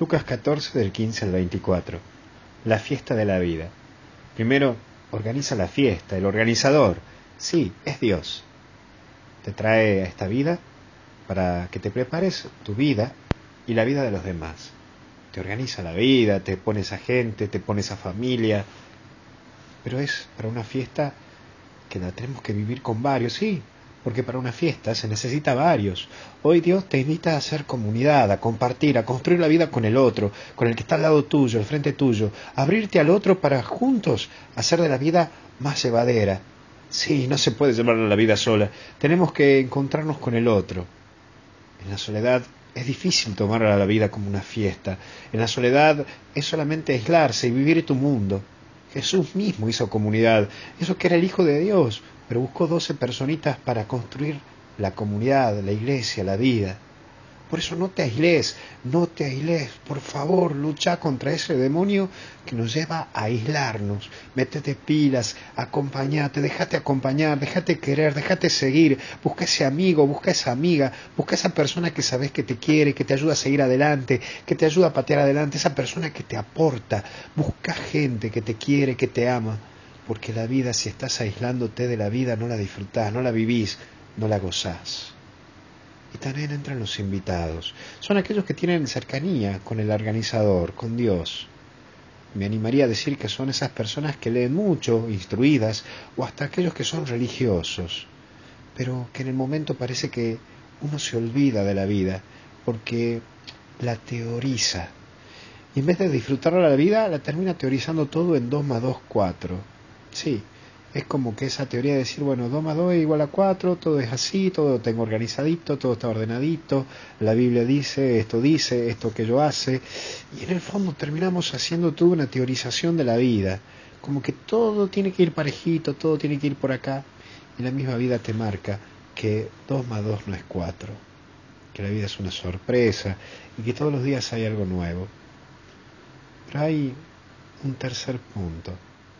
Lucas 14 del 15 al 24. La fiesta de la vida. Primero, organiza la fiesta. El organizador, sí, es Dios. Te trae a esta vida para que te prepares tu vida y la vida de los demás. Te organiza la vida, te pone esa gente, te pone esa familia. Pero es para una fiesta que la tenemos que vivir con varios, sí, porque para una fiesta se necesita varios. Hoy Dios te invita a hacer comunidad, a compartir, a construir la vida con el otro, con el que está al lado tuyo, al frente tuyo, abrirte al otro para juntos hacer de la vida más llevadera. Sí, no se puede llevar la vida sola, tenemos que encontrarnos con el otro. En la soledad es difícil tomar a la vida como una fiesta. En la soledad es solamente aislarse y vivir tu mundo. Jesús mismo hizo comunidad, eso que era el Hijo de Dios, pero buscó 12 personitas para construir la comunidad, la iglesia, la vida. Por eso no te aísles, por favor, lucha contra ese demonio que nos lleva a aislarnos. Métete pilas, acompañate, déjate acompañar, déjate querer, déjate seguir. Busca ese amigo, busca esa amiga, busca esa persona que sabes que te quiere, que te ayuda a seguir adelante, que te ayuda a patear adelante, esa persona que te aporta. Busca gente que te quiere, que te ama. Porque la vida, si estás aislándote de la vida, no la disfrutás, no la vivís, no la gozás. Y también entran los invitados. Son aquellos que tienen cercanía con el organizador, con Dios. Me animaría a decir que son esas personas que leen mucho, instruidas, o hasta aquellos que son religiosos, pero que en el momento parece que uno se olvida de la vida, porque la teoriza. Y en vez de disfrutar la vida, la termina teorizando todo en 2 más 2, 4. Sí, es como que esa teoría de decir, bueno, 2 más 2 es igual a 4, todo es así, todo lo tengo organizadito, todo está ordenadito, la Biblia dice, esto que yo hace, y en el fondo terminamos haciendo toda una teorización de la vida, como que todo tiene que ir parejito, todo tiene que ir por acá, y la misma vida te marca que 2 más 2 no es 4, que la vida es una sorpresa, y que todos los días hay algo nuevo. Pero hay un tercer punto.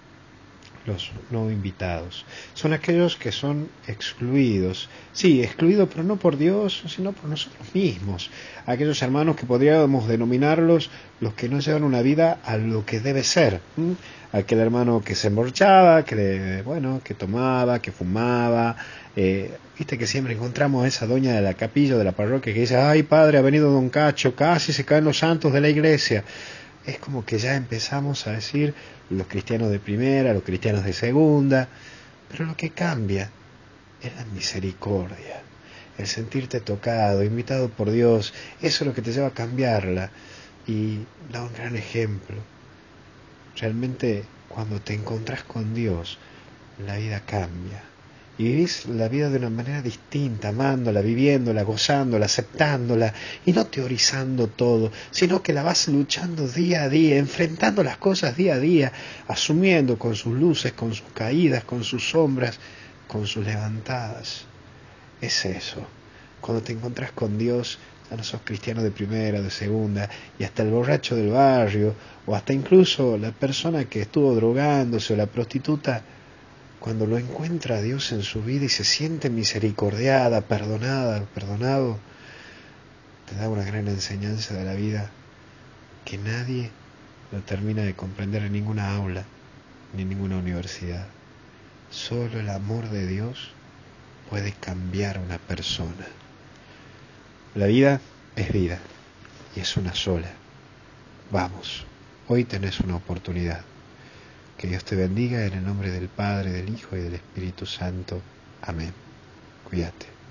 Los no invitados. Son aquellos que son excluidos. Sí, excluidos, pero no por Dios, sino por nosotros mismos. Aquellos hermanos que podríamos denominarlos los que no llevan una vida a lo que debe ser. Aquel hermano que se emborrachaba, que tomaba, que fumaba. Viste que siempre encontramos a esa doña de la capilla, de la parroquia, que dice, ay padre, ha venido don Cacho, casi se caen los santos de la iglesia. Es como que ya empezamos a decir los cristianos de primera, los cristianos de segunda, pero lo que cambia es la misericordia, el sentirte tocado, invitado por Dios, eso es lo que te lleva a cambiarla y da un gran ejemplo. Realmente cuando te encontrás con Dios, la vida cambia. Y vivís la vida de una manera distinta, amándola, viviéndola, gozándola, aceptándola y no teorizando todo, sino que la vas luchando día a día, enfrentando las cosas día a día, asumiendo con sus luces, con sus caídas, con sus sombras, con sus levantadas. Es eso. Cuando te encontrás con Dios, ya no sos cristiano de primera, de segunda, y hasta el borracho del barrio, o hasta incluso la persona que estuvo drogándose o la prostituta, cuando lo encuentra a Dios en su vida y se siente misericordiada, perdonado, te da una gran enseñanza de la vida que nadie lo termina de comprender en ninguna aula ni en ninguna universidad. Solo el amor de Dios puede cambiar a una persona. La vida es vida y es una sola. Vamos, hoy tenés una oportunidad. Que Dios te bendiga en el nombre del Padre, del Hijo y del Espíritu Santo. Amén. Cuídate.